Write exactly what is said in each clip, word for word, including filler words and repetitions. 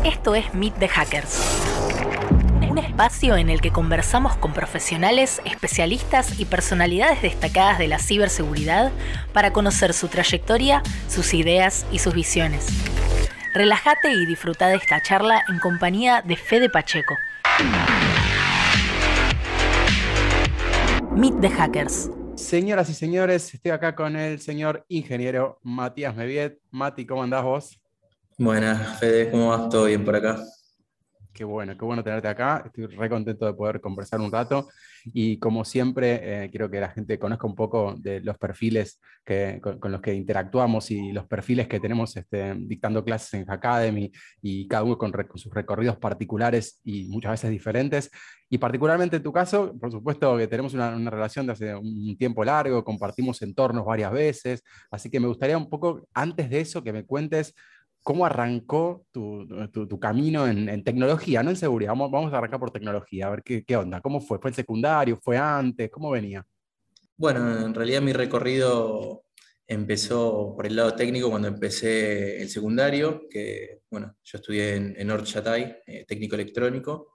Esto es Meet the Hackers, un espacio en el que conversamos con profesionales, especialistas y personalidades destacadas de la ciberseguridad para conocer su trayectoria, sus ideas y sus visiones. Relájate y disfruta de esta charla en compañía de Fede Pacheco. Meet the Hackers. Señoras y señores, estoy acá con el señor ingeniero Matías Meviet. Mati, ¿cómo andás vos? Buenas, Fede, ¿cómo vas? ¿Todo bien por acá? Qué bueno, qué bueno tenerte acá. Estoy re contento de poder conversar un rato. Y como siempre, eh, quiero que la gente conozca un poco de los perfiles que, con, con los que interactuamos y los perfiles que tenemos este, dictando clases en Hackademy, y cada uno con, re, con sus recorridos particulares y muchas veces diferentes. Y particularmente en tu caso, por supuesto que tenemos una, una relación de hace un tiempo largo, compartimos entornos varias veces. Así que me gustaría un poco, antes de eso, que me cuentes ¿cómo arrancó tu, tu, tu camino en, en tecnología, no en seguridad? Vamos, vamos a arrancar por tecnología, a ver qué, qué onda, cómo fue. ¿Fue el secundario? ¿Fue antes? ¿Cómo venía? Bueno, en realidad mi recorrido empezó por el lado técnico cuando empecé el secundario, que bueno, yo estudié en, en Horchatay, eh, técnico electrónico,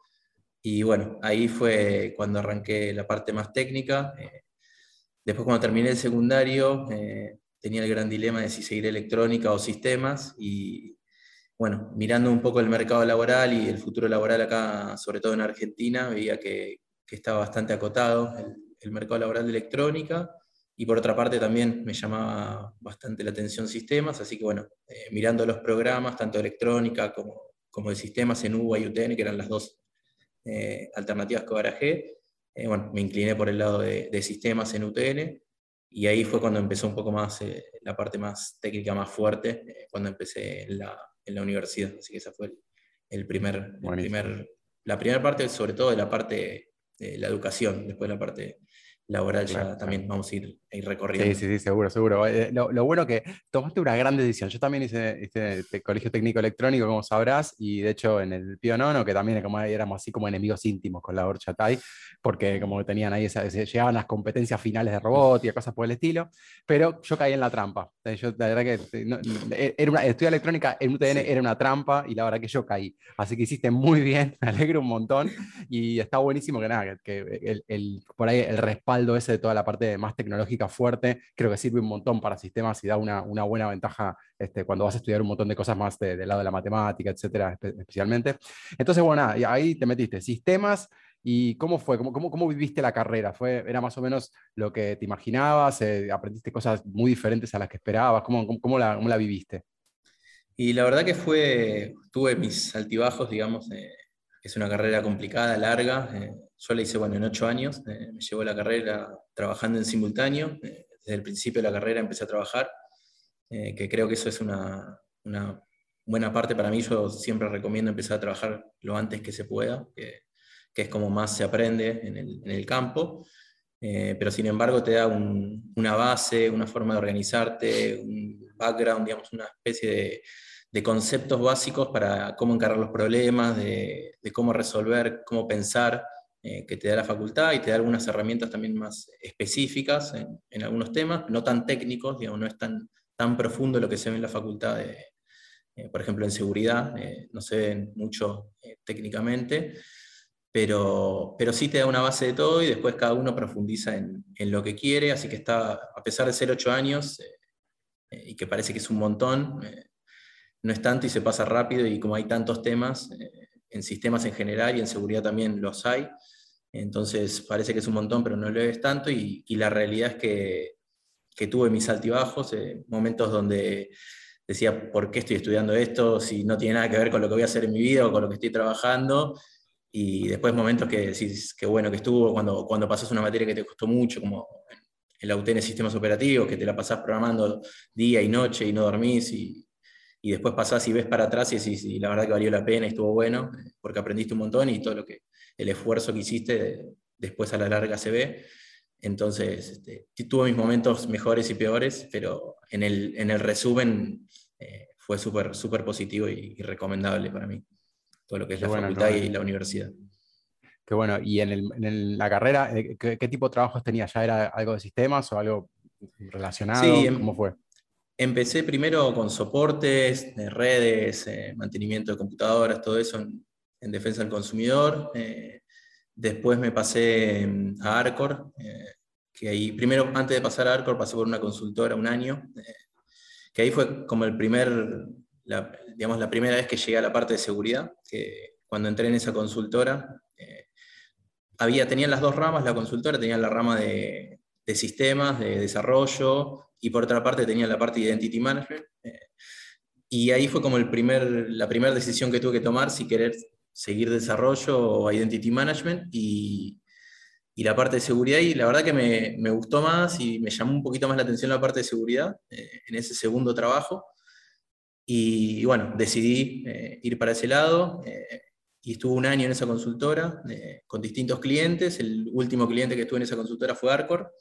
y bueno, ahí fue cuando arranqué la parte más técnica. Eh, después cuando terminé el secundario, eh, tenía el gran dilema de si seguir electrónica o sistemas, y bueno, mirando un poco el mercado laboral y el futuro laboral acá, sobre todo en Argentina, veía que, que estaba bastante acotado el, el mercado laboral de electrónica, y por otra parte también me llamaba bastante la atención sistemas, así que bueno, eh, mirando los programas, tanto de electrónica como, como de sistemas en U B A y U T N, que eran las dos eh, alternativas que barajé, eh, bueno, me incliné por el lado de, de sistemas en U T N, y ahí fue cuando empezó un poco más eh, la parte más técnica, más fuerte, eh, cuando empecé en la, en la universidad. Así que esa fue el, el primer, el Buenísimo. primer, la primera parte, sobre todo de la parte de la educación. Después la parte laboral Claro, ya claro. también vamos a ir, a ir Sí, recorriendo. sí, sí, seguro, seguro. Eh, lo, lo bueno que tomaste una gran decisión. Yo también hice, hice este colegio técnico electrónico, como sabrás, y de hecho en el Pío Nono, que también como éramos así como enemigos íntimos con la Horchatay, porque como tenían ahí, esa, ese- llegaban las competencias finales de robótica, cosas por el estilo, pero yo caí en la trampa. Eh, Yo, la verdad que no, eh, era una, estudiar electrónica en U T N Sí. era una trampa, y la verdad que yo caí. Así que hiciste muy bien, me alegro un montón, y está buenísimo que nada, que, que el, el- por ahí el respaldo ese de toda la parte más tecnológica fuerte creo que sirve un montón para sistemas y da una, una buena ventaja este, cuando vas a estudiar un montón de cosas más de- del lado de la matemática, etcétera, espe- especialmente. Entonces, bueno, nada, y ahí te metiste, sistemas. ¿Y cómo fue? ¿Cómo, cómo, cómo viviste la carrera? ¿Fue, era más o menos lo que te imaginabas? Eh, ¿aprendiste cosas muy diferentes a las que esperabas? ¿Cómo, cómo, cómo la, cómo la viviste? Y la verdad que fue, tuve mis altibajos, digamos. Eh, es una carrera complicada, larga. Eh, yo la hice, bueno, en ocho años. Eh, me llevó la carrera trabajando en simultáneo. Eh, desde el principio de la carrera empecé a trabajar, eh, que creo que eso es una, una buena parte para mí. Yo siempre recomiendo empezar a trabajar lo antes que se pueda, que, que es como más se aprende en el, en el campo. Eh, pero sin embargo te da un- una base, una forma de organizarte, un background, digamos, una especie de, de conceptos básicos para cómo encarar los problemas, de, de cómo resolver, cómo pensar, eh, que te da la facultad, y te da algunas herramientas también más específicas en, en algunos temas, no tan técnicos, digamos, no es tan, tan profundo lo que se ve en la facultad, de, eh, por ejemplo, en seguridad, eh, no se ve mucho eh, técnicamente, pero, pero sí te da una base de todo, y después cada uno profundiza en, en lo que quiere, así que está, a pesar de ser ocho años, eh, eh, y que parece que es un montón, eh, no es tanto y se pasa rápido, y como hay tantos temas, eh, en sistemas en general y en seguridad también los hay, entonces parece que es un montón, pero no lo es tanto, y, y la realidad es que, que tuve mis altibajos, eh, momentos donde decía, ¿por qué estoy estudiando esto si no tiene nada que ver con lo que voy a hacer en mi vida o con lo que estoy trabajando? Y después momentos que decís, qué bueno que estuvo, cuando, cuando pasás una materia que te costó mucho, como en la U T N Sistemas Operativos, que te la pasás programando día y noche y no dormís, y, y después pasás y ves para atrás y decís, y la verdad que valió la pena y estuvo bueno, porque aprendiste un montón, y todo lo que, el esfuerzo que hiciste después a la larga se ve. Entonces, este, tuve mis momentos mejores y peores, pero en el, en el resumen eh, fue súper súper positivo y, y recomendable para mí, todo lo que es Qué la bueno, qué facultad bueno. y la universidad. Qué bueno. ¿Y en, el- en el- la carrera, eh, ¿qué, qué tipo de trabajos tenías? ¿Ya era algo de sistemas o algo Sí, relacionado? ¿Cómo en, fue? Empecé primero con soportes, de redes, eh, mantenimiento de computadoras, todo eso en, en defensa del consumidor. Eh, después me pasé mm, a Arcor, eh, que ahí, primero, antes de pasar a Arcor, pasé por una consultora un año, eh, que ahí fue como el primer, la, digamos, la primera vez que llegué a la parte de seguridad, que cuando entré en esa consultora, eh, había, tenían las dos ramas, la consultora tenía la rama de, de sistemas, de desarrollo, y por otra parte tenía la parte de Identity Management. Eh, y ahí fue como el primer, la primera decisión que tuve que tomar, si querer seguir desarrollo o Identity Management, y, y la parte de seguridad, y la verdad que me, me gustó más y me llamó un poquito más la atención la parte de seguridad eh, en ese segundo trabajo. Y, y bueno, decidí eh, ir para ese lado. Eh, y estuve un año en esa consultora eh, con distintos clientes. El último cliente que estuve en esa consultora fue Arcor.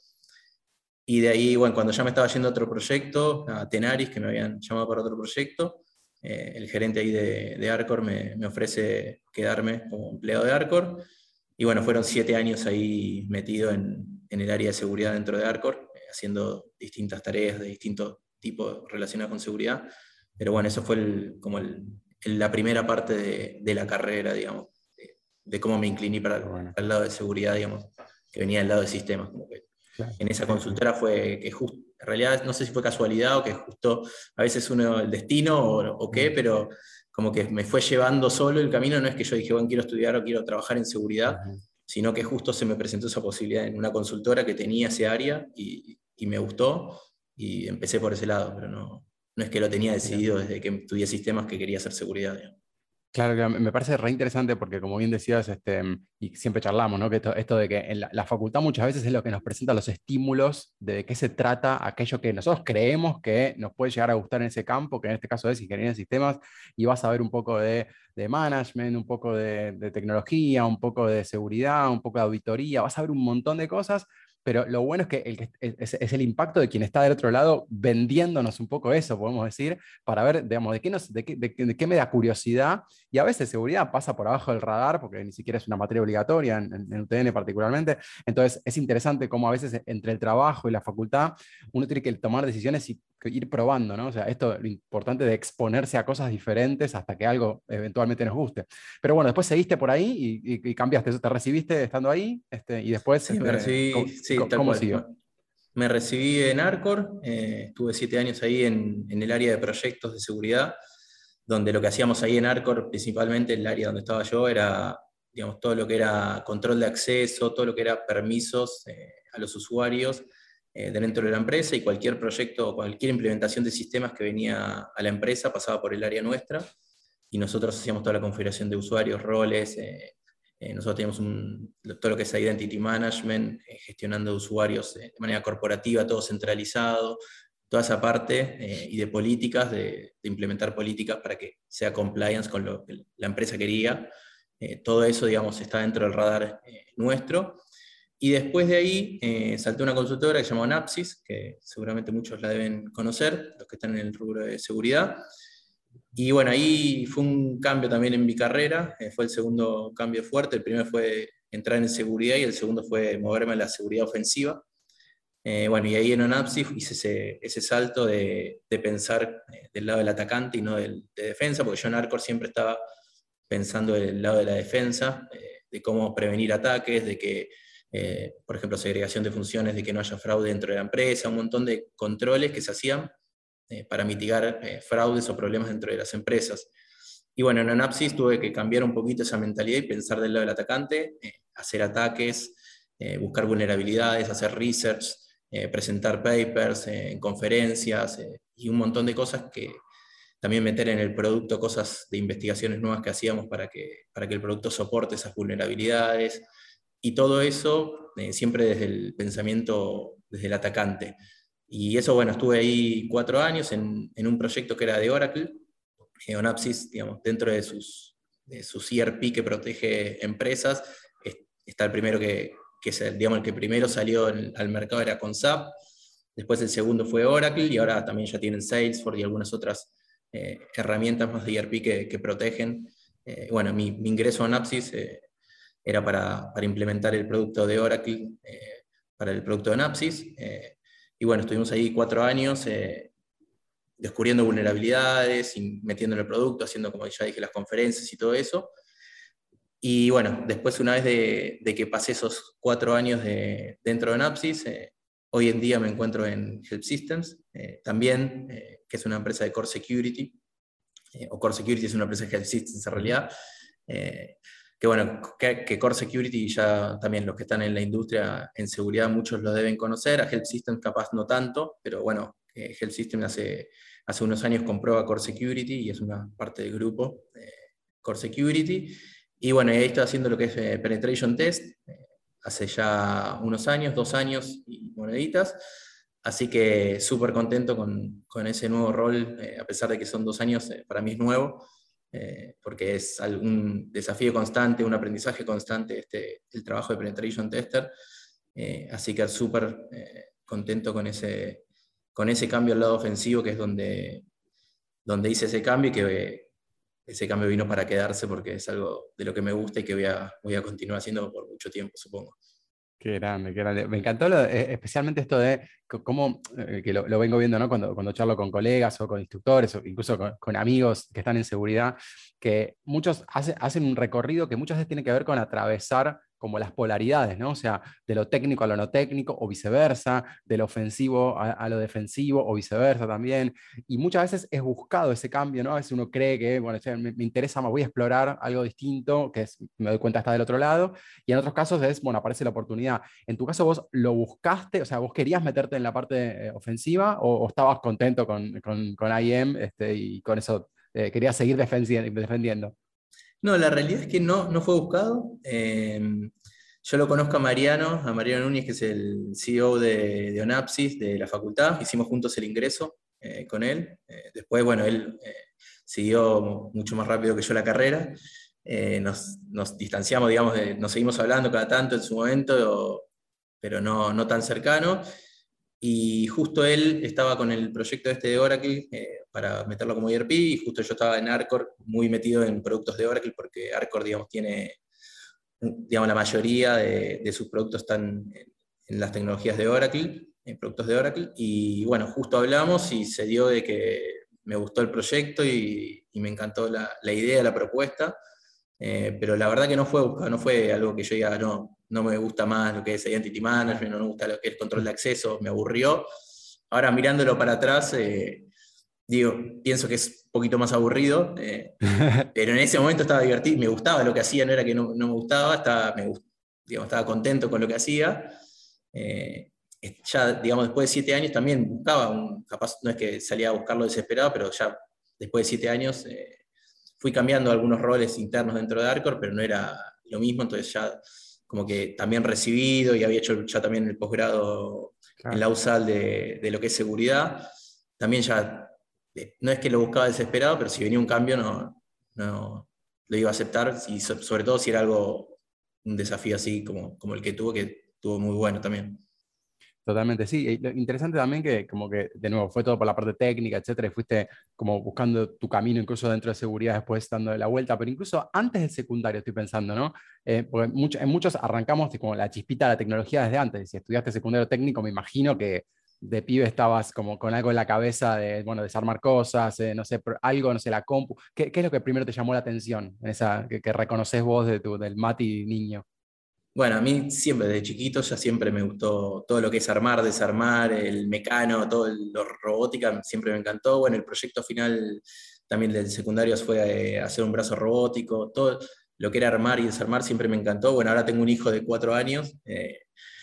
Y de ahí, bueno, cuando ya me estaba yendo a otro proyecto, a Tenaris, que me habían llamado para otro proyecto, eh, el gerente ahí de, de Arcor me, me ofrece quedarme como empleado de Arcor. Y bueno, fueron siete años ahí metido en, en el área de seguridad dentro de Arcor, eh, haciendo distintas tareas de distintos tipos relacionadas con seguridad. Pero bueno, eso fue el, como el, el, la primera parte de, de la carrera, digamos, de, de cómo me incliné para, Bueno. para el lado de seguridad, digamos, que venía del lado de sistemas. Como que Claro. en esa consultora fue que justo, en realidad no sé si fue casualidad o que justo a veces uno el destino o, o qué, pero como que me fue llevando solo el camino. No es que yo dije, bueno, quiero estudiar o quiero trabajar en seguridad, uh-huh. sino que justo se me presentó esa posibilidad en una consultora que tenía ese área y, y me gustó y empecé por ese lado, pero no, no es que lo tenía decidido desde que estudié sistemas que quería hacer seguridad. Digamos. Claro, que me parece re interesante porque, como bien decías, este, y siempre charlamos, ¿no? Que esto, esto de que en la, la facultad muchas veces es lo que nos presenta los estímulos de qué se trata aquello que nosotros creemos que nos puede llegar a gustar en ese campo, que en este caso es ingeniería de sistemas, y vas a ver un poco de, de management, un poco de, de tecnología, un poco de seguridad, un poco de auditoría, vas a ver un montón de cosas. Pero lo bueno es que el, es, es el impacto de quien está del otro lado vendiéndonos un poco eso, podemos decir, para ver, digamos, de qué, nos, de qué, de, de qué me da curiosidad. Y a veces seguridad pasa por abajo del radar, porque ni siquiera es una materia obligatoria, en, en, en U T N particularmente. Entonces es interesante cómo a veces entre el trabajo y la facultad uno tiene que tomar decisiones y ir probando, ¿no? O sea, esto lo importante de exponerse a cosas diferentes hasta que algo eventualmente nos guste. Pero bueno, después seguiste por ahí y, y, y cambiaste, ¿te recibiste estando ahí? Este, y después... Sí, este, me recibí, ¿cómo, sí, ¿cómo, tal ¿cómo cual. siguió? Me recibí en Arcor, eh, estuve siete años ahí en, en el área de proyectos de seguridad, donde lo que hacíamos ahí en Arcor, principalmente el área donde estaba yo, era, digamos, todo lo que era control de acceso, todo lo que era permisos eh, a los usuarios eh, dentro de la empresa, y cualquier proyecto o cualquier implementación de sistemas que venía a la empresa pasaba por el área nuestra, y nosotros hacíamos toda la configuración de usuarios, roles. Eh, eh, nosotros teníamos un, todo lo que es Identity Management, eh, gestionando usuarios eh, de manera corporativa, todo centralizado, toda esa parte, eh, y de políticas, de, de implementar políticas para que sea compliance con lo que la empresa quería. Eh, todo eso, digamos, está dentro del radar eh, nuestro. Y después de ahí eh, salté a una consultora que se llamó Napsys, que seguramente muchos la deben conocer, los que están en el rubro de seguridad. Y bueno, ahí fue un cambio también en mi carrera, eh, fue el segundo cambio fuerte. El primero fue entrar en seguridad y el segundo fue moverme a la seguridad ofensiva. Eh, bueno, y ahí en Onapsis hice ese, ese salto de, de pensar eh, del lado del atacante y no del, de defensa, porque yo en Arcor siempre estaba pensando del lado de la defensa, eh, de cómo prevenir ataques, de que, eh, por ejemplo, segregación de funciones, de que no haya fraude dentro de la empresa, un montón de controles que se hacían eh, para mitigar eh, fraudes o problemas dentro de las empresas. Y bueno, en Onapsis tuve que cambiar un poquito esa mentalidad y pensar del lado del atacante, eh, hacer ataques, eh, buscar vulnerabilidades, hacer research, Eh, presentar papers eh, en conferencias eh, y un montón de cosas, que también meter en el producto cosas de investigaciones nuevas que hacíamos para que, para que el producto soporte esas vulnerabilidades, y todo eso eh, siempre desde el pensamiento, desde el atacante. Y eso, bueno, estuve ahí cuatro años en, en un proyecto que era de Oracle, eh, Onapsis, digamos, dentro de, sus, de su C R P que protege empresas, está el primero que que es, digamos, el que primero salió en, al mercado era con S A P, después el segundo fue Oracle, y ahora también ya tienen Salesforce y algunas otras eh, herramientas más de E R P que, que protegen. Eh, bueno, mi, mi ingreso a Onapsis eh, era para, para implementar el producto de Oracle, eh, para el producto de Onapsis, eh, y bueno, estuvimos ahí cuatro años, eh, descubriendo vulnerabilidades, y metiendo en el producto, haciendo, como ya dije, las conferencias y todo eso. Y bueno, después una vez de, de que pasé esos cuatro años de, dentro de Napsys, eh, hoy en día me encuentro en Help Systems, eh, también, eh, que es una empresa de Core Security, eh, o Core Security es una empresa de Help Systems en realidad, eh, que bueno, que, que Core Security ya también los que están en la industria en seguridad muchos lo deben conocer, a Help Systems capaz no tanto, pero bueno, eh, Help Systems hace, hace unos años compró a Core Security y es una parte del grupo eh, Core Security. Y bueno, ahí estoy haciendo lo que es eh, Penetration Test, eh, hace ya unos años, dos años y moneditas, así que súper contento con, con ese nuevo rol, eh, a pesar de que son dos años, eh, para mí es nuevo, eh, porque es un desafío constante, un aprendizaje constante este, el trabajo de Penetration Tester, eh, así que súper eh, contento con ese, con ese cambio al lado ofensivo, que es donde, donde hice ese cambio y que ese cambio vino para quedarse porque es algo de lo que me gusta y que voy a, voy a continuar haciendo por mucho tiempo, supongo. Qué grande, qué grande. Me encantó lo- eh, especialmente esto de c- cómo, eh, que lo, lo vengo viendo, ¿no? Cuando, cuando charlo con colegas o con instructores o incluso con, con amigos que están en seguridad, que muchos hace- hacen un recorrido que muchas veces tiene que ver con atravesar como las polaridades, ¿no? O sea, de lo técnico a lo no técnico o viceversa, de lo ofensivo a, a lo defensivo o viceversa también. Y muchas veces es buscado ese cambio, ¿no? A veces uno cree que, bueno, che, me, me interesa más, voy a explorar algo distinto, que es, me doy cuenta está del otro lado, y en otros casos es, bueno, aparece la oportunidad. En tu caso vos lo buscaste, o sea, vos querías meterte en la parte eh, ofensiva o, o estabas contento con, con, con I M este, y con eso eh, querías seguir defendiendo, defendiendo. No, la realidad es que no, no fue buscado. Eh, yo lo conozco a Mariano, a Mariano Núñez, que es el C E O de, de Onapsis, de la facultad. Hicimos juntos el ingreso eh, con él. Eh, después, bueno, él eh, siguió mucho más rápido que yo la carrera. Eh, nos, nos distanciamos, digamos, de- nos seguimos hablando cada tanto en su momento, pero no, no tan cercano. Y justo él estaba con el proyecto este de Oracle eh, para meterlo como E R P, y justo yo estaba en Arcor muy metido en productos de Oracle, porque Arcor, digamos, tiene, digamos, la mayoría de, de sus productos están en, en las tecnologías de Oracle, en productos de Oracle, y bueno, justo hablamos y se dio de que me gustó el proyecto y, y me encantó la, la idea, la propuesta, eh, pero la verdad que no fue buscado, no fue algo que yo diga, no, no me gusta más lo que es Identity Management, no me gusta lo que es control de acceso, me aburrió. Ahora mirándolo para atrás, eh, digo, pienso que es un poquito más aburrido, eh, pero en ese momento estaba divertido, me gustaba lo que hacía, no era que no, no me gustaba, estaba, me, digamos, estaba contento con lo que hacía. Eh, ya, digamos, después de siete años también buscaba, un, capaz no es que salía a buscarlo desesperado, pero ya después de siete años eh, fui cambiando algunos roles internos dentro de Arcor, pero no era lo mismo, entonces ya como que también recibido y había hecho ya también el posgrado en Claro. la U S A L de, de lo que es seguridad, también ya, eh, no es que lo buscaba desesperado, pero si venía un cambio no, no lo iba a aceptar, y so, sobre todo si era algo, un desafío así como, como el que tuvo, que tuvo muy bueno también. Totalmente, sí. Y lo interesante también que como que, de nuevo, fue todo por la parte técnica, etcétera, y fuiste como buscando tu camino incluso dentro de seguridad, después dando la vuelta, pero incluso antes del secundario estoy pensando, ¿no? Eh, porque mucho, en muchos arrancamos de como la chispita de la tecnología desde antes. Si estudiaste secundario técnico, me imagino que de pibe estabas como con algo en la cabeza de, bueno, desarmar cosas, eh, no sé, pro- algo, no sé, la compu. ¿Qué, qué es lo que primero te llamó la atención en esa, que, que reconoces vos de tu, del Mati niño? Bueno, a mí siempre, desde chiquito, ya siempre me gustó todo lo que es armar, desarmar, el mecano, todo el- lo robótica, siempre me encantó. Bueno, el proyecto final también del secundario fue eh, hacer un brazo robótico, todo lo que era armar y desarmar siempre me encantó. Bueno, ahora tengo un hijo de cuatro años, eh,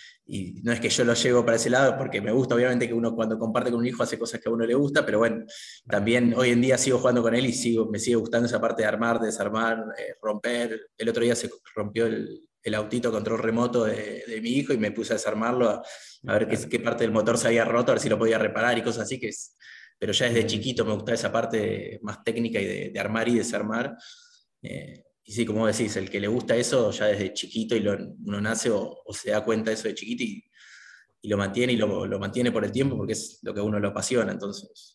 y no es que yo lo llevo para ese lado, porque me gusta, obviamente, que uno cuando comparte con un hijo hace cosas que a uno le gusta, pero bueno, también hoy en día sigo jugando con él y sigo, me sigue gustando esa parte de armar, desarmar, eh, romper. El otro día se rompió el, el autito control remoto de, de mi hijo y me puse a desarmarlo, a, a ver qué, qué parte del motor se había roto, a ver si lo podía reparar y cosas así, que es, pero ya desde chiquito me gusta esa parte más técnica y de, de armar y desarmar. Eh, y sí, como decís, el que le gusta eso ya desde chiquito y lo, uno nace o, o se da cuenta de eso de chiquito y, y lo mantiene y lo, lo mantiene por el tiempo porque es lo que a uno lo apasiona. Entonces, eh,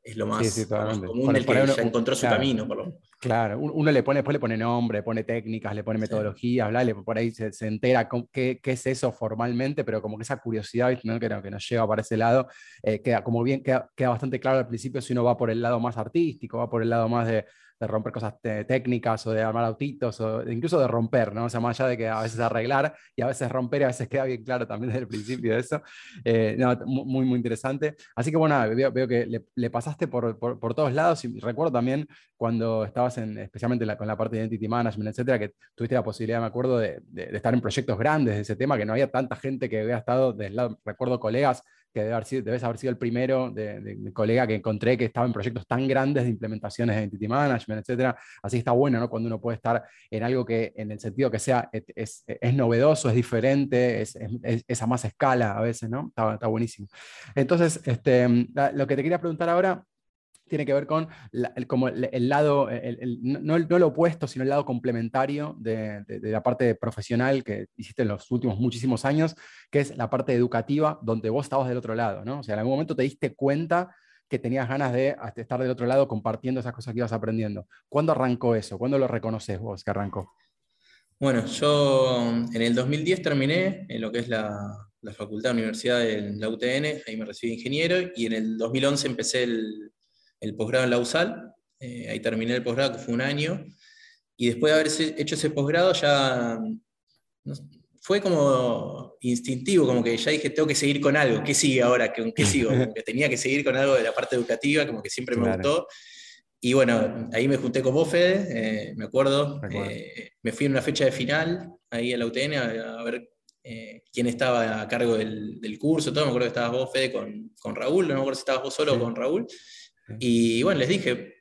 es lo Sí, sí, más, lo más totalmente. común Por, del por que ahí uno- ya u- encontró su claro, camino, por lo menos. claro. Un- Uno le pone, después le pone nombre, le pone técnicas, le pone Sí. metodologías, bla, le- por ahí se, se entera con qué, qué es eso formalmente, pero como que esa curiosidad, ¿viste? ¿No? Que, no- que nos lleva para ese lado, eh, queda, como bien queda, queda bastante claro al principio si uno va por el lado más artístico, va por el lado más de, de romper cosas te- técnicas o de armar autitos, o incluso de romper, ¿no? O sea, más allá de que a veces arreglar y a veces romper y a veces queda bien claro también desde el principio de eso. Eh, no, muy, muy interesante. Así que bueno, veo, veo que le, le pasaste por, por, por todos lados y recuerdo también cuando estabas en, especialmente la, con la parte de Identity Management, etcétera, que tuviste la posibilidad, me acuerdo, de, de, de estar en proyectos grandes de ese tema, que no había tanta gente que había estado del lado, recuerdo colegas que debe haber sido, debes haber sido el primero de, de, de colega que encontré que estaba en proyectos tan grandes de implementaciones de Identity Management, etcétera. Así que está bueno, ¿no? Cuando uno puede estar en algo que, en el sentido que sea, es, es, es novedoso, es diferente, es, es, es, a más escala a veces, ¿no? Está, está buenísimo. Entonces, este, lo que te quería preguntar ahora tiene que ver con la, el, como el, el lado, el, el, no, no lo opuesto, sino el lado complementario de, de, de la parte profesional que hiciste en los últimos muchísimos años, que es la parte educativa, donde vos estabas del otro lado, ¿no? O sea, en algún momento te diste cuenta que tenías ganas de estar del otro lado compartiendo esas cosas que ibas aprendiendo. ¿Cuándo arrancó eso? ¿Cuándo lo reconoces vos que arrancó? Bueno, yo en el dos mil diez terminé en lo que es la, la Facultad de Universidad de la U T N, ahí me recibí de ingeniero, y en el dos mil once empecé el, el posgrado en la USAL, eh, ahí terminé el posgrado, que fue un año, y después de haber hecho ese posgrado ya no, fue como instintivo, como que ya dije, tengo que seguir con algo, ¿qué sigue ahora? ¿Con qué sigo? Como que tenía que seguir con algo de la parte educativa, como que siempre me Claro, gustó. Y bueno, ahí me junté con vos, Fede, eh, me acuerdo, recuerdo. eh, me fui en una fecha de final, ahí a la U T N, a, a ver eh, quién estaba a cargo del, del curso, todo. Me acuerdo que estabas vos, Fede, con, con Raúl, no me acuerdo si estabas vos solo o Sí, con Raúl. sí. Y bueno, les dije,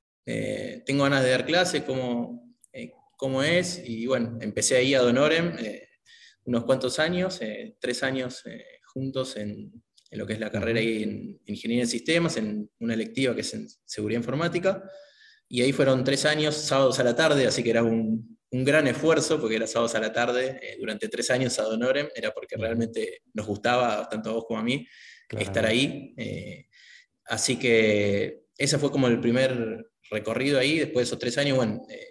eh, tengo ganas de dar clase, cómo, eh, cómo es, y bueno, empecé ahí a Donorem eh, unos cuantos años, eh, tres años eh, juntos en, en lo que es la carrera Uh-huh. ahí en Ingeniería de Sistemas, en una electiva que es en Seguridad Informática. Y ahí fueron tres años, sábados a la tarde, así que era un, un gran esfuerzo, porque era sábados a la tarde, eh, durante tres años a Donorem, era porque Uh-huh. realmente nos gustaba, tanto a vos como a mí, estar Claramente. ahí. Eh, así que ese fue como el primer recorrido ahí. Después de esos tres años, bueno, eh,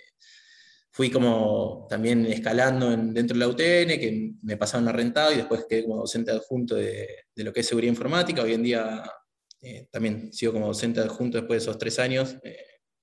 fui como también escalando en, dentro de la U T N, que me pasaron a rentado, y después quedé como docente adjunto de, de lo que es seguridad informática. Hoy en día eh, también sigo como docente adjunto después de esos tres años. Eh,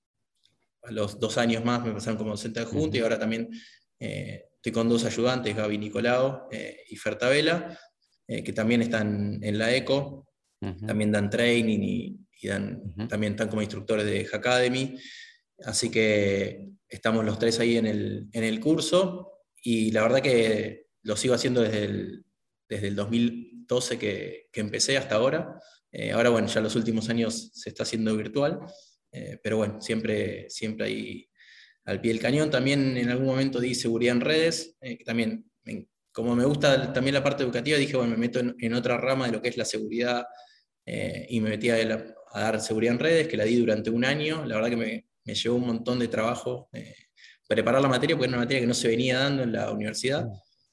a los dos años más me pasaron como docente adjunto, y Uh-huh. ahora también eh, estoy con dos ayudantes, Gaby Nicolau eh, y Fertabela, eh, que también están en la ECO, Uh-huh. también dan training y, y dan, Uh-huh. también están como instructores de Hackademy. Así que estamos los tres ahí en el, en el curso, y la verdad que lo sigo haciendo desde el, desde el dos mil doce que, que empecé hasta ahora. Eh, ahora, bueno, ya los últimos años se está haciendo virtual, eh, pero bueno, siempre, siempre ahí al pie del cañón. También en algún momento di seguridad en redes, eh, que también, me, como me gusta también la parte educativa, dije, bueno, me meto en, en otra rama de lo que es la seguridad, eh, y me metí a, la, a dar seguridad en redes, que la di durante un año. La verdad que me, me llevó un montón de trabajo eh, preparar la materia, porque era una materia que no se venía dando en la universidad.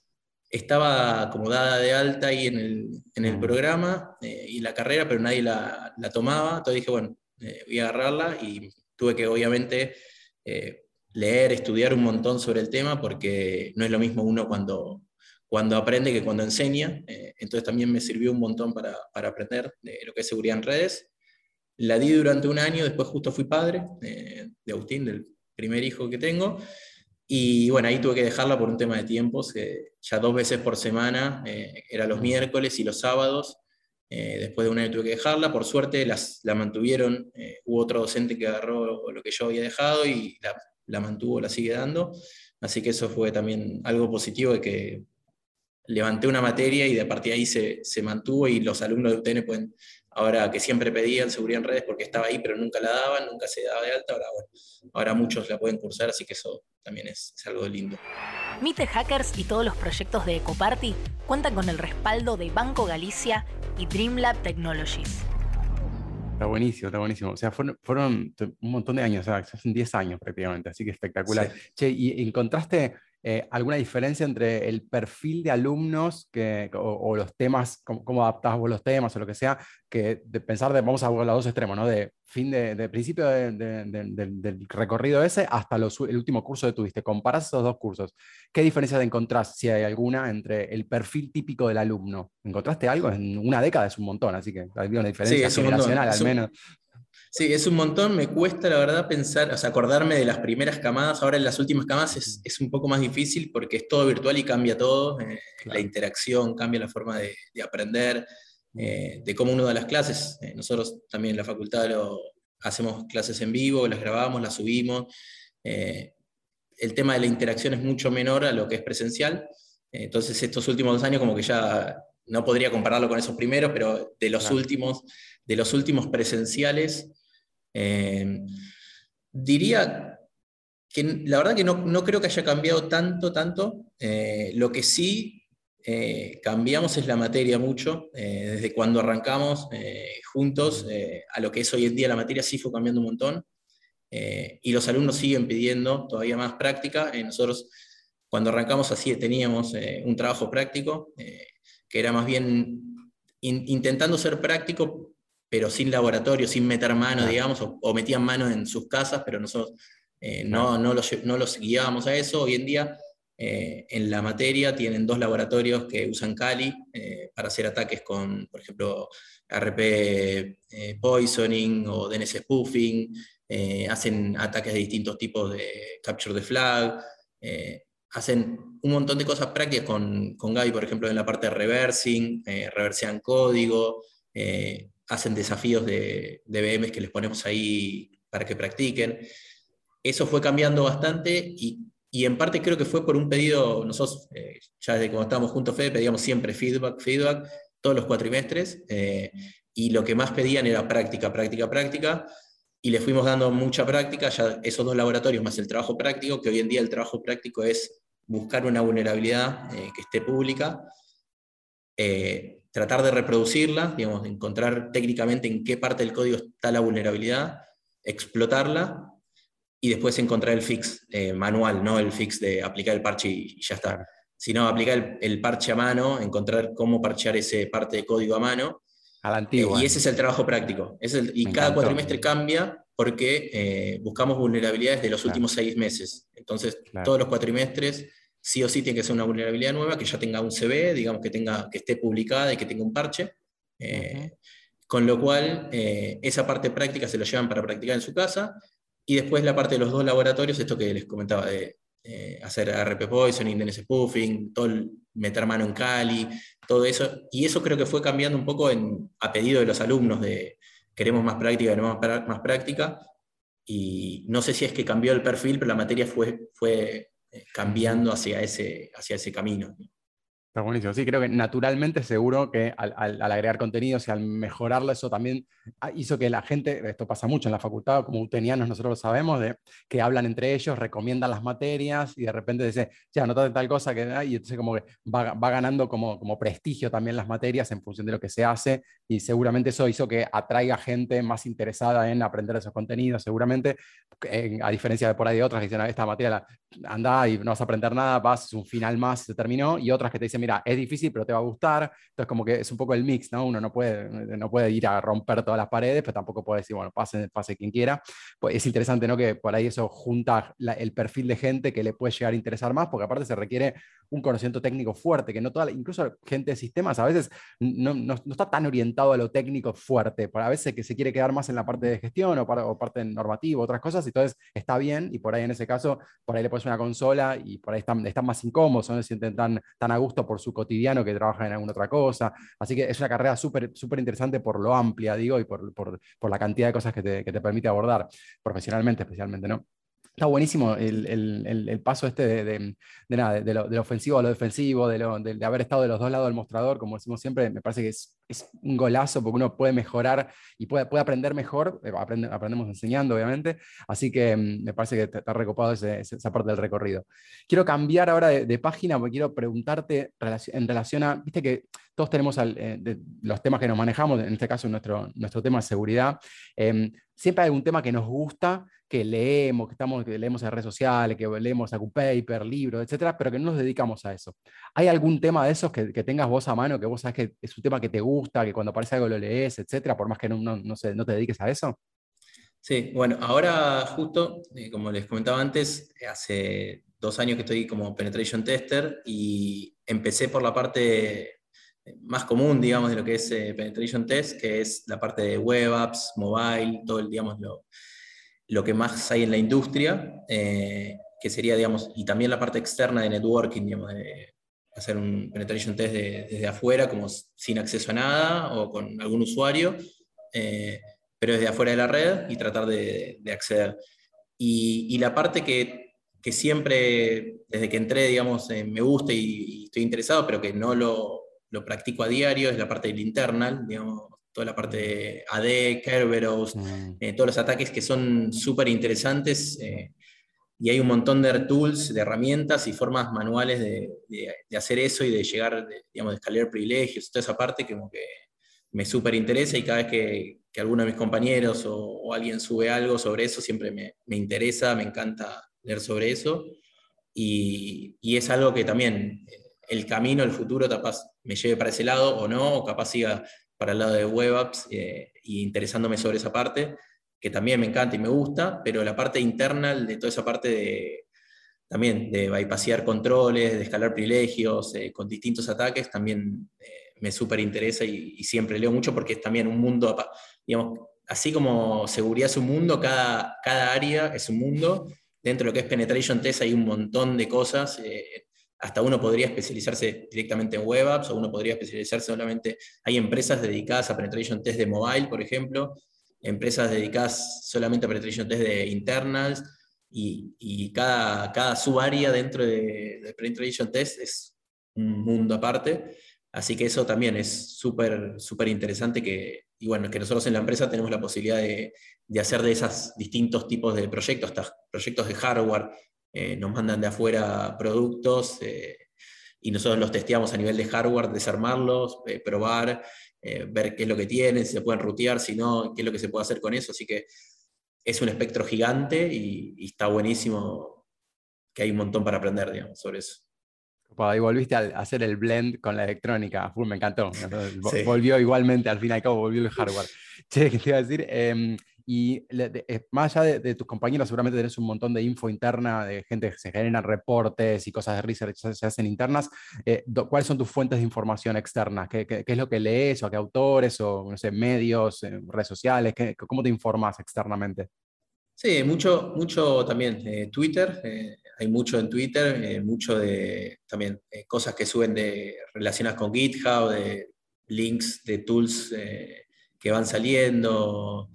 Estaba como dada de alta ahí en el, en el Uh-huh. programa eh, y la carrera, pero nadie la, la tomaba. Entonces dije, bueno, eh, voy a agarrarla, y tuve que obviamente eh, leer, estudiar un montón sobre el tema, porque no es lo mismo uno cuando, cuando aprende que cuando enseña. Eh, entonces también me sirvió un montón para, para aprender de lo que es seguridad en redes. La di durante un año, después justo fui padre eh, de Agustín, del primer hijo que tengo, y bueno, ahí tuve que dejarla por un tema de tiempos, que ya dos veces por semana, eh, era los Uh-huh. miércoles y los sábados. Eh, después de un año tuve que dejarla. Por suerte las, la mantuvieron, eh, hubo otro docente que agarró lo que yo había dejado y la, la mantuvo, la sigue dando. Así que eso fue también algo positivo, de que levanté una materia y de partir de ahí se, se mantuvo, y los alumnos de U T N pueden, ahora que siempre pedían seguridad en redes porque estaba ahí, pero nunca la daban, nunca se daba de alta, ahora, bueno, ahora muchos la pueden cursar, así que eso también es, es algo lindo. Mite Hackers y todos los proyectos de Ecoparty cuentan con el respaldo de Banco Galicia y Dreamlab Technologies. Está buenísimo, está buenísimo. O sea, fueron, fueron un montón de años, o sea, hacen diez años prácticamente, así que espectacular. Sí. Che, ¿y encontraste eh, alguna diferencia entre el perfil de alumnos que, o, o los temas, cómo, cómo adaptás vos los temas o lo que sea, que de pensar de, vamos a los dos extremos, ¿no? De fin de, de principio de, de, de, de, del recorrido ese hasta los, el último curso que tuviste. Comparás esos dos cursos. ¿Qué diferencia encontrás, si hay alguna, entre el perfil típico del alumno? ¿Encontraste algo? En una década es un montón, así que había una Sí, diferencia es un montón. generacional al Es un, menos. sí, es un montón. Me cuesta, la verdad, pensar, o sea, acordarme de las primeras camadas. Ahora en las últimas camadas es, es un poco más difícil porque es todo virtual y cambia todo. Eh, la Claro. interacción, cambia la forma de, de aprender, eh, de cómo uno da las clases. Eh, nosotros también en la facultad lo, hacemos clases en vivo, las grabamos, las subimos. Eh, el tema de la interacción es mucho menor a lo que es presencial. Eh, entonces, estos últimos dos años, como que ya no podría compararlo con esos primeros, pero de los Claro. últimos, de los últimos presenciales, eh, diría que la verdad que no, no creo que haya cambiado tanto, tanto. Eh, lo que sí eh, cambiamos es la materia mucho. Eh, desde cuando arrancamos eh, juntos eh, a lo que es hoy en día la materia sí fue cambiando un montón. Eh, y los alumnos siguen pidiendo todavía más práctica. Eh, nosotros cuando arrancamos así teníamos eh, un trabajo práctico, eh, que era más bien in, intentando ser práctico, pero sin laboratorio, sin meter mano, Claro. digamos, o, o metían mano en sus casas, pero nosotros eh, Claro. no, no, los, no los guiábamos a eso. Hoy en día eh, en la materia tienen dos laboratorios que usan Kali eh, para hacer ataques con, por ejemplo, R P eh, poisoning o D N S spoofing. Eh, hacen ataques de distintos tipos de capture the flag, eh, hacen un montón de cosas prácticas con, con Gaby, por ejemplo, en la parte de reversing, eh, reversean código, eh, hacen desafíos de, de V Ms que les ponemos ahí para que practiquen. Eso fue cambiando bastante y, y en parte creo que fue por un pedido, nosotros eh, ya desde cuando estábamos juntos, Fede, pedíamos siempre feedback, feedback, todos los cuatrimestres, eh, y lo que más pedían era práctica, práctica, práctica, y le fuimos dando mucha práctica, ya esos dos laboratorios más el trabajo práctico, que hoy en día el trabajo práctico es buscar una vulnerabilidad eh, que esté pública, eh, tratar de reproducirla, digamos, encontrar técnicamente en qué parte del código está la vulnerabilidad, explotarla y después encontrar el fix eh, manual, no el fix de aplicar el parche y, y ya está, Claro. sino aplicar el, el parche a mano, encontrar cómo parchear ese parte de código a mano. A la Eh, y antigua. ese es el trabajo práctico. Es el, y Me cada encantó. cuatrimestre cambia porque eh, buscamos vulnerabilidades de los Claro. últimos seis meses. Entonces, Claro. todos los cuatrimestres sí o sí tiene que ser una vulnerabilidad nueva, que ya tenga un C V, digamos que, tenga, que esté publicada y que tenga un parche. Eh, Uh-huh. con lo cual, eh, esa parte práctica se lo llevan para practicar en su casa. Y después la parte de los dos laboratorios, esto que les comentaba de eh, hacer R P poisoning, D N S spoofing, todo el meter mano en Kali, todo eso. Y eso creo que fue cambiando un poco en, a pedido de los alumnos de queremos más práctica, queremos más, más práctica. Y no sé si es que cambió el perfil, pero la materia fue, fue eh, Uh-huh. cambiando hacia ese, hacia ese camino. Está buenísimo. Sí, creo que naturalmente seguro que al, al- al agregar contenidos y al mejorarlo, eso también ah, hizo que la gente, esto pasa mucho en la facultad, como utenianos nosotros lo sabemos, de que hablan entre ellos, recomiendan las materias y de repente dice, ya, anotate tal cosa que da, y entonces como que va, va ganando como, como prestigio también las materias en función de lo que se hace y seguramente eso hizo que atraiga gente más interesada en aprender esos contenidos, seguramente, eh, a diferencia de por ahí de otras que dicen, "Ah, esta materia la, anda y no vas a aprender nada, vas, es un final más, se terminó", y otras que te dicen, mira, es difícil, pero te va a gustar. Entonces, como que es un poco el mix, ¿no? Uno no puede, no puede ir a romper todas las paredes, pero tampoco puede decir, bueno, pase, pase quien quiera. Pues es interesante, ¿no? Que por ahí eso junta la, el perfil de gente que le puede llegar a interesar más, porque aparte se requiere un conocimiento técnico fuerte, que no toda, incluso gente de sistemas a veces no, no, no está tan orientado a lo técnico fuerte, por a veces que se quiere quedar más en la parte de gestión o, para, o parte normativa, otras cosas, y entonces está bien, y por ahí en ese caso, por ahí le pones una consola y por ahí están, están más incómodos, no se sienten tan, tan a gusto por su cotidiano que trabajan en alguna otra cosa. Así que es una carrera súper súper interesante por lo amplia, digo, y por, por, por la cantidad de cosas que te, que te permite abordar, profesionalmente especialmente, ¿no? Está buenísimo el, el, el, el paso este de, de, de, nada, de, de, lo, de lo ofensivo a lo defensivo, de, lo, de, de haber estado de los dos lados del mostrador, como decimos siempre, me parece que es, es un golazo porque uno puede mejorar y puede, puede aprender mejor, eh, aprende, aprendemos enseñando, obviamente, así que mm, me parece que está recopado ese, esa parte del recorrido. Quiero cambiar ahora de, de página porque quiero preguntarte en relación a, viste que todos tenemos al, eh, de, los temas que nos manejamos, en este caso nuestro, nuestro tema de seguridad, eh, siempre hay un tema que nos gusta, que leemos, que, estamos, que leemos en redes sociales, que leemos algún paper, libro, etcétera, pero que no nos dedicamos a eso. ¿Hay algún tema de esos que, que tengas vos a mano, que vos sabes que es un tema que te gusta, que cuando aparece algo lo lees, etcétera, por más que no, no, no, sé, no te dediques a eso? Sí, bueno, ahora justo, eh, como les comentaba antes, hace dos años que estoy como penetration tester y empecé por la parte más común, digamos, de lo que es eh, penetration test, que es la parte de web apps, mobile, todo el, digamos, lo, lo que más hay en la industria, eh, que sería, digamos, y también la parte externa de networking, digamos, de hacer un penetration test de, desde afuera, como sin acceso a nada o con algún usuario. Eh, pero desde afuera de la red y tratar de, de acceder. Y, y, la parte que, que siempre, desde que entré, digamos, eh, me gusta y, y estoy interesado, pero que no lo, lo practico a diario, es la parte del internal, digamos, toda la parte de A D, Kerberos, mm. eh, todos los ataques que son súper interesantes, eh, y hay un montón de tools, de herramientas y formas manuales de, de, de hacer eso y de llegar, de, digamos, de escalar privilegios, toda esa parte que como que me súper interesa y cada vez que, que alguno de mis compañeros o, o alguien sube algo sobre eso, siempre me, me interesa, me encanta leer sobre eso. Y, y es algo que también el camino, el futuro, capaz me lleve para ese lado o no, o capaz siga para el lado de web apps eh, y interesándome sobre esa parte, que también me encanta y me gusta, pero la parte interna de toda esa parte de, también de bypassear controles, de escalar privilegios, eh, con distintos ataques, también eh, me súper interesa y, y siempre leo mucho porque es también un mundo, digamos, así como seguridad es un mundo, cada, cada área es un mundo. Dentro de lo que es penetration test hay un montón de cosas, eh, hasta uno podría especializarse directamente en web apps, o uno podría especializarse solamente, hay empresas dedicadas a penetration test de mobile, por ejemplo, empresas dedicadas solamente a penetration test de internals, y, y cada, cada subárea dentro de, de penetration test es un mundo aparte. Así que eso también es súper súper interesante que, y bueno, que nosotros en la empresa tenemos la posibilidad de, de hacer de esos distintos tipos de proyectos, hasta proyectos de hardware, eh, nos mandan de afuera productos eh, y nosotros los testeamos a nivel de hardware, desarmarlos, eh, probar, eh, ver qué es lo que tienen, si se pueden rutear, si no, qué es lo que se puede hacer con eso. Así que es un espectro gigante y, y está buenísimo que hay un montón para aprender, digamos, sobre eso. Y volviste a hacer el blend con la electrónica, me encantó. Sí. Volvió igualmente, al fin y al cabo, volvió el hardware. Che, ¿qué te iba a decir? Eh, y de, de, más allá de, de tus compañeros, seguramente tenés un montón de info interna, de gente que se generan reportes y cosas de research que se hacen internas. Eh, ¿Cuáles son tus fuentes de información externas? ¿Qué, qué, qué es lo que lees? ¿O a qué autores? ¿O no sé, medios, eh, redes sociales? ¿Qué, ¿Cómo te informas externamente? Sí, mucho, mucho también eh, Twitter, eh, hay mucho en Twitter, eh, mucho de también eh, cosas que suben de, relacionadas con GitHub, de links de tools eh, que van saliendo,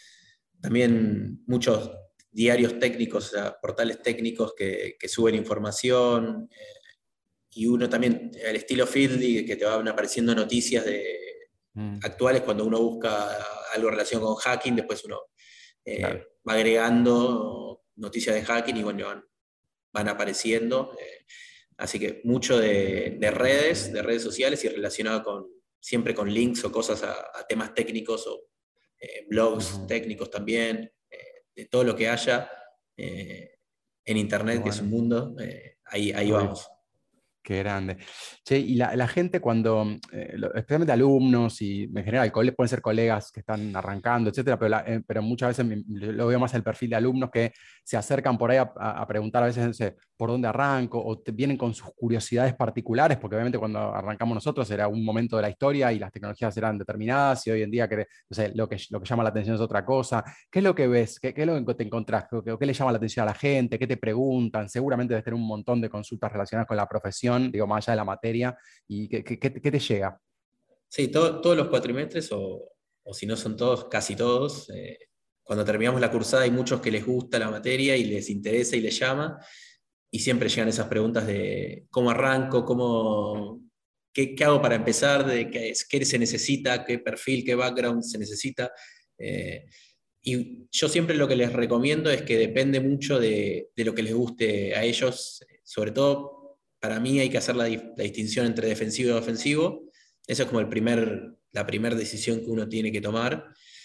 también muchos diarios técnicos, o sea, portales técnicos que, que suben información, eh, y uno también, al estilo Feedly, que te van apareciendo noticias de, mm. actuales cuando uno busca algo relacionado con hacking, después uno... Eh, claro. va agregando noticias de hacking y bueno, van, van apareciendo. Eh, así que mucho de, de redes, de redes sociales y relacionado con, siempre con links o cosas a, a temas técnicos o eh, blogs uh-huh. técnicos también, eh, de todo lo que haya eh, en internet, bueno. que es un mundo, eh, ahí, ahí vamos. Qué grande. Che, y la, la gente cuando, eh, especialmente alumnos y en general pueden ser colegas que están arrancando, etcétera, pero, la, eh, pero muchas veces me, lo veo más el perfil de alumnos que se acercan por ahí a, a preguntar a veces, no sé, por dónde arranco, o te vienen con sus curiosidades particulares, porque obviamente cuando arrancamos nosotros era un momento de la historia y las tecnologías eran determinadas y hoy en día que, no sé, lo, que, lo que llama la atención es otra cosa. ¿Qué es lo que ves? ¿Qué, qué es lo que te encontrás? ¿Qué, ¿Qué le llama la atención a la gente? ¿Qué te preguntan? Seguramente debes tener un montón de consultas relacionadas con la profesión, digo, más allá de la materia, y ¿qué, qué, qué te llega? Sí, todo, todos los cuatrimestres, o, o si no son todos, casi todos, eh, cuando terminamos la cursada hay muchos que les gusta la materia y les interesa y les llama, y siempre llegan esas preguntas de cómo arranco, cómo, qué, qué hago para empezar, de qué, qué se necesita, qué perfil, qué background se necesita. Eh, y yo siempre lo que les recomiendo es que depende mucho de, de lo que les guste a ellos, sobre todo para mí hay que hacer la, la distinción entre defensivo y ofensivo. Eso es como el primer, la primera decisión que uno tiene que tomar.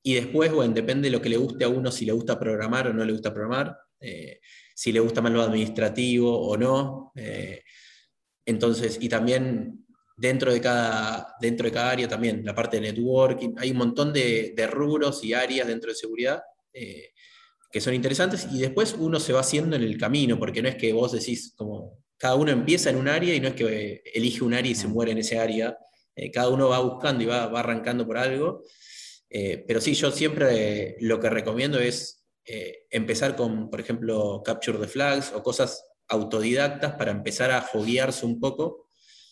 y después, bueno, depende de lo que le guste a uno, si le gusta programar o no le gusta programar, eh, si le gusta más lo administrativo o no. Eh, entonces, y también dentro de, cada, dentro de cada área también, la parte de networking, hay un montón de, de rubros y áreas dentro de seguridad eh, que son interesantes, y después uno se va haciendo en el camino, porque no es que vos decís, como cada uno empieza en un área y no es que elige un área y se muere en ese área, eh, cada uno va buscando y va, va arrancando por algo. Eh, pero sí, yo siempre eh, lo que recomiendo es eh, empezar con, por ejemplo, Capture the Flags o cosas autodidactas para empezar a foguearse un poco,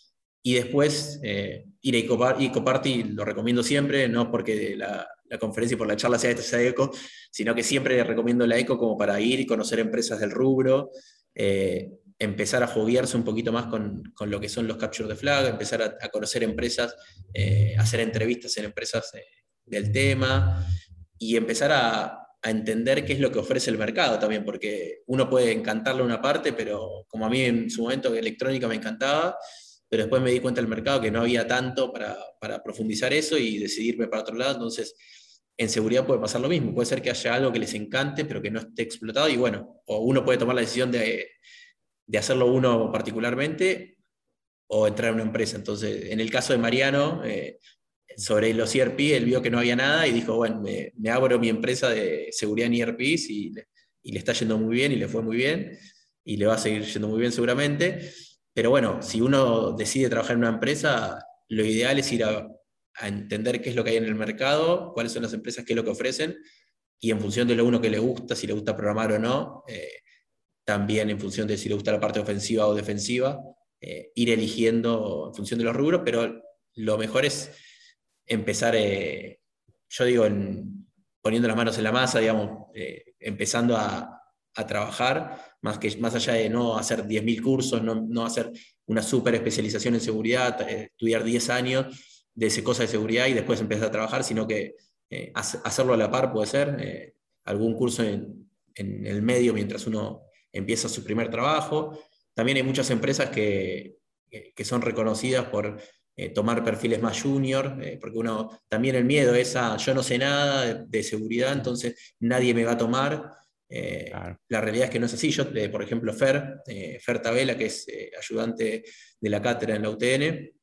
y después eh, ir a Ecopar- Ecoparty, lo recomiendo siempre, no porque la, la conferencia y por la charla sea esta, sea Eco, sino que siempre recomiendo la Eco como para ir y conocer empresas del rubro, eh, empezar a foguearse un poquito más con, con lo que son los Capture the Flag, empezar a, a conocer empresas, eh, hacer entrevistas en empresas eh, del tema, y empezar a, a entender qué es lo que ofrece el mercado también, porque uno puede encantarle una parte, pero como a mí en su momento electrónica me encantaba, pero después me di cuenta del mercado que no había tanto para, para profundizar eso y decidirme para otro lado. Entonces, en seguridad puede pasar lo mismo, puede ser que haya algo que les encante, pero que no esté explotado, y bueno, o uno puede tomar la decisión de, de hacerlo uno particularmente, o entrar a una empresa. Entonces, en el caso de Mariano, eh, sobre los E R P, él vio que no había nada y dijo, bueno, me, me abro mi empresa de seguridad en E R Ps, y le, y le está yendo muy bien, y le fue muy bien, y le va a seguir yendo muy bien seguramente. Pero bueno, si uno decide trabajar en una empresa, lo ideal es ir a, a entender qué es lo que hay en el mercado, cuáles son las empresas, qué es lo que ofrecen, y en función de lo uno que le gusta, si le gusta programar o no, eh, también en función de si le gusta la parte ofensiva o defensiva, eh, ir eligiendo en función de los rubros, pero lo mejor es empezar, eh, yo digo, en, poniendo las manos en la masa, digamos, eh, empezando a, a trabajar, más, que, más allá de no hacer diez mil cursos, no, no hacer una super especialización en seguridad, eh, estudiar diez años de ese cosa de seguridad y después empezar a trabajar, sino que eh, hacerlo a la par puede ser, eh, algún curso en, en el medio mientras uno empieza su primer trabajo. También hay muchas empresas que, que son reconocidas por eh, tomar perfiles más junior, eh, porque uno, también el miedo es a yo no sé nada de, de seguridad, entonces nadie me va a tomar. Eh, claro. La realidad es que no es así. Yo, eh, por ejemplo, Fer, eh, Fer Tabela, que es eh, ayudante de la cátedra en la U T N,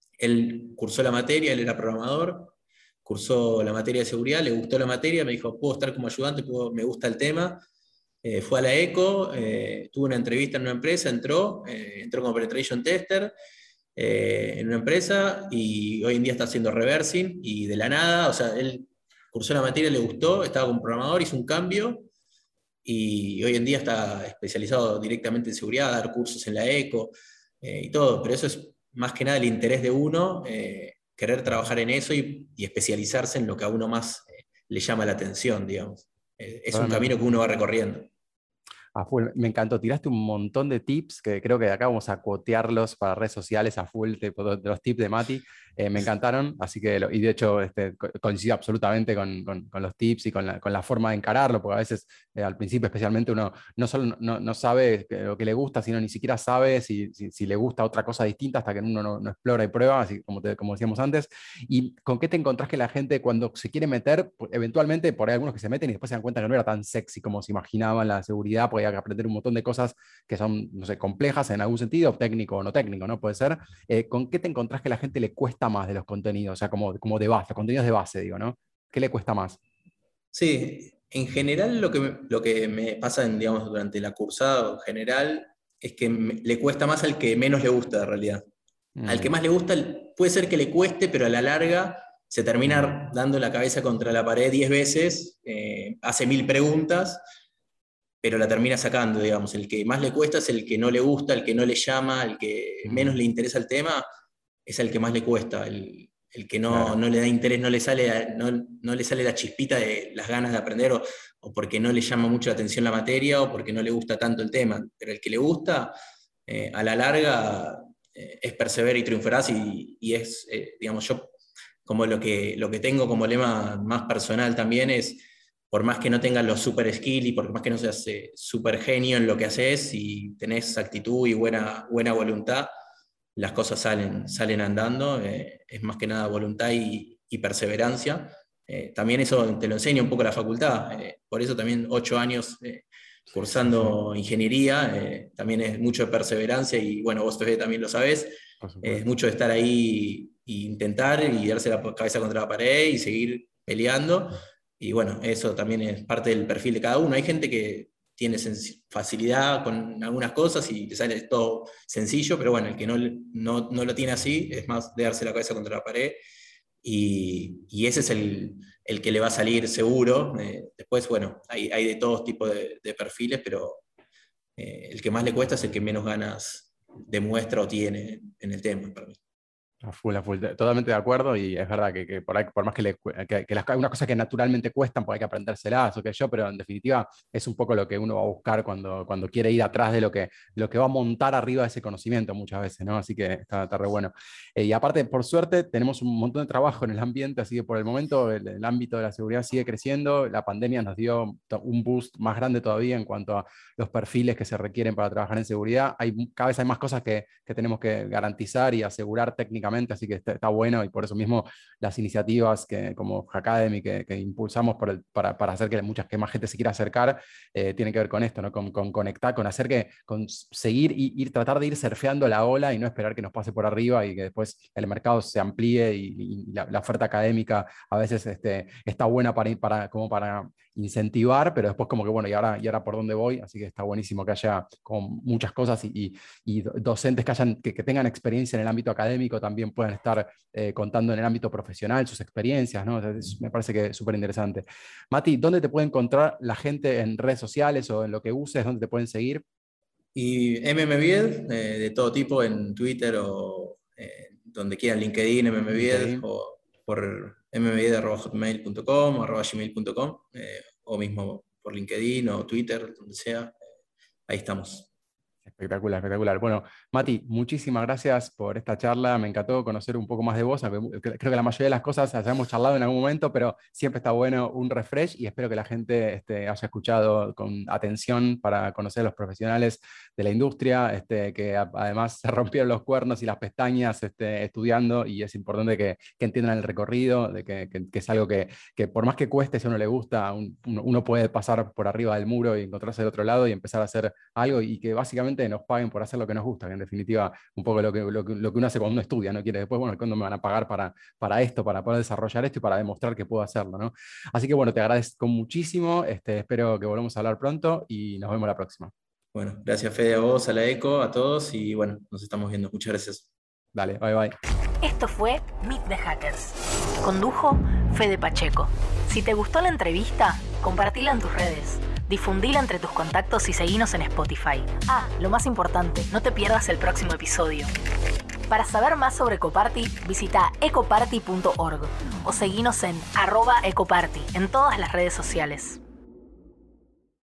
él cursó la materia, él era programador, cursó la materia de seguridad, le gustó la materia, me dijo, puedo estar como ayudante, puedo, me gusta el tema. Eh, fue a la ECO, eh, tuvo una entrevista en una empresa, entró, eh, entró como penetration tester eh, en una empresa, y hoy en día está haciendo reversing, y de la nada, o sea, él cursó la materia, le gustó, estaba como programador, hizo un cambio, y hoy en día está especializado directamente en seguridad, a dar cursos en la ECO eh, y todo, pero eso es más que nada el interés de uno, eh, querer trabajar en eso y, y especializarse en lo que a uno más eh, le llama la atención, digamos. Eh, es un camino que uno va recorriendo. A full, me encantó, tiraste un montón de tips que creo que de acá vamos a cuotearlos para redes sociales a full, de, de los tips de Mati, eh, me encantaron, así que, y de hecho este, coincido absolutamente con, con, con los tips y con la, con la forma de encararlo, porque a veces eh, al principio especialmente uno no solo no, no sabe lo que le gusta, sino ni siquiera sabe si, si, si le gusta otra cosa distinta hasta que uno no, no explora y prueba, así como, te, como decíamos antes. ¿Y con qué te encontrás que la gente cuando se quiere meter, eventualmente por ahí algunos que se meten y después se dan cuenta que no era tan sexy como se imaginaban la seguridad, porque hay que aprender un montón de cosas que son, no sé, complejas en algún sentido, técnico o no técnico, ¿no? Puede ser. Eh, ¿Con qué te encontrás que a la gente le cuesta más de los contenidos? O sea, como, como de base, contenidos de base, digo, ¿no? ¿Qué le cuesta más? Sí, en general lo que me, lo que me pasa en, digamos, durante la cursada en general es que me, le cuesta más al que menos le gusta de realidad. Mm. Al que más le gusta puede ser que le cueste, pero a la larga se termina mm. dando la cabeza contra la pared diez veces, eh, hace mil preguntas, pero la termina sacando, digamos. El que más le cuesta es el que no le gusta, el que no le llama, el que mm. menos le interesa el tema, es el que más le cuesta. El, el que no, claro. no le da interés, no le, sale, no, no le sale la chispita de las ganas de aprender, o, o porque no le llama mucho la atención la materia, o porque no le gusta tanto el tema. Pero el que le gusta, eh, a la larga, eh, es perseverar y triunfarás, y, y es, eh, digamos, yo como lo que, lo que tengo como lema más personal también es, por más que no tengas los super skills y por más que no seas eh, super genio en lo que haces, y tenés actitud y buena, buena voluntad, las cosas salen, salen andando. Eh, es más que nada voluntad y, y perseverancia. Eh, también eso te lo enseña un poco la facultad, eh, por eso también ocho años eh, cursando ingeniería, eh, también es mucho de perseverancia y bueno, vos Fede también lo sabés, eh, es mucho de estar ahí e intentar y darse la cabeza contra la pared y seguir peleando, y bueno, eso también es parte del perfil de cada uno. Hay gente que tiene facilidad con algunas cosas y te sale todo sencillo, pero bueno, el que no, no, no lo tiene así es más de darse la cabeza contra la pared. Y, y ese es el, el que le va a salir seguro. Eh, después, bueno, hay, hay de todos tipos de, de perfiles, pero eh, el que más le cuesta es el que menos ganas demuestra o tiene en el tema para mí. A full, a full. Totalmente de acuerdo, y es verdad que, que por, ahí, por más que, le, que, que las, hay unas cosas que naturalmente cuestan, pues hay que aprendérselas o qué yo, pero en definitiva es un poco lo que uno va a buscar cuando, cuando quiere ir atrás de lo que, lo que va a montar arriba de ese conocimiento muchas veces, ¿no? Así que está, está re bueno. Eh, y aparte, por suerte, tenemos un montón de trabajo en el ambiente, así que por el momento el, el ámbito de la seguridad sigue creciendo. La pandemia nos dio un boost más grande todavía en cuanto a los perfiles que se requieren para trabajar en seguridad. Hay, cada vez hay más cosas que, que tenemos que garantizar y asegurar técnicamente, así que está, está bueno, y por eso mismo las iniciativas que, como Hackademy que, que impulsamos por el, para, para hacer que, muchas, que más gente se quiera acercar, eh, tienen que ver con esto, ¿no? con, con conectar, con hacer que, con seguir y ir, tratar de ir surfeando la ola y no esperar que nos pase por arriba y que después el mercado se amplíe y, y la, la oferta académica a veces este, está buena para, para, como para incentivar, pero después como que bueno, ¿y ahora, y ahora por dónde voy? Así que está buenísimo que haya como muchas cosas y, y, y docentes que, hayan, que, que tengan experiencia en el ámbito académico también puedan estar eh, contando en el ámbito profesional sus experiencias, ¿no? Entonces, me parece que es súper interesante. Mati, ¿dónde te puede encontrar la gente en redes sociales o en lo que uses? ¿Dónde te pueden seguir? Y MMVied, eh, de todo tipo, en Twitter o eh, donde quieran, LinkedIn, MMVied, o por mmvied arroba hotmail punto com o arroba gmail punto com, eh, o mismo por LinkedIn o Twitter, donde sea, eh, ahí estamos. Espectacular, espectacular. Bueno, Mati, muchísimas gracias por esta charla. Me encantó conocer un poco más de vos. Creo que la mayoría de las cosas las hemos charlado en algún momento, pero siempre está bueno un refresh y espero que la gente este, haya escuchado con atención para conocer a los profesionales de la industria, este, que además se rompieron los cuernos y las pestañas este, estudiando, y es importante que, que entiendan el recorrido, de que, que, que es algo que, que por más que cueste, si a uno le gusta, un, uno puede pasar por arriba del muro y encontrarse del otro lado y empezar a hacer algo, y que básicamente nos paguen por hacer lo que nos gusta, que en definitiva un poco lo que, lo que, lo que uno hace cuando uno estudia, no quiere después, bueno, ¿cuándo me van a pagar para, para esto, para poder desarrollar esto y para demostrar que puedo hacerlo, ¿no? Así que bueno, te agradezco muchísimo, este, espero que volvamos a hablar pronto y nos vemos la próxima. Bueno, gracias Fede, a vos, a la ECO, a todos, y bueno, nos estamos viendo. Muchas gracias. Dale, bye bye. Esto fue Meet the Hackers. Condujo Fede Pacheco. Si te gustó la entrevista, compartila en tus redes. Difundila entre tus contactos y seguinos en Spotify. Ah, lo más importante, no te pierdas el próximo episodio. Para saber más sobre Ecoparty, visita ecoparty punto org o seguinos en arroba ecoparty en todas las redes sociales.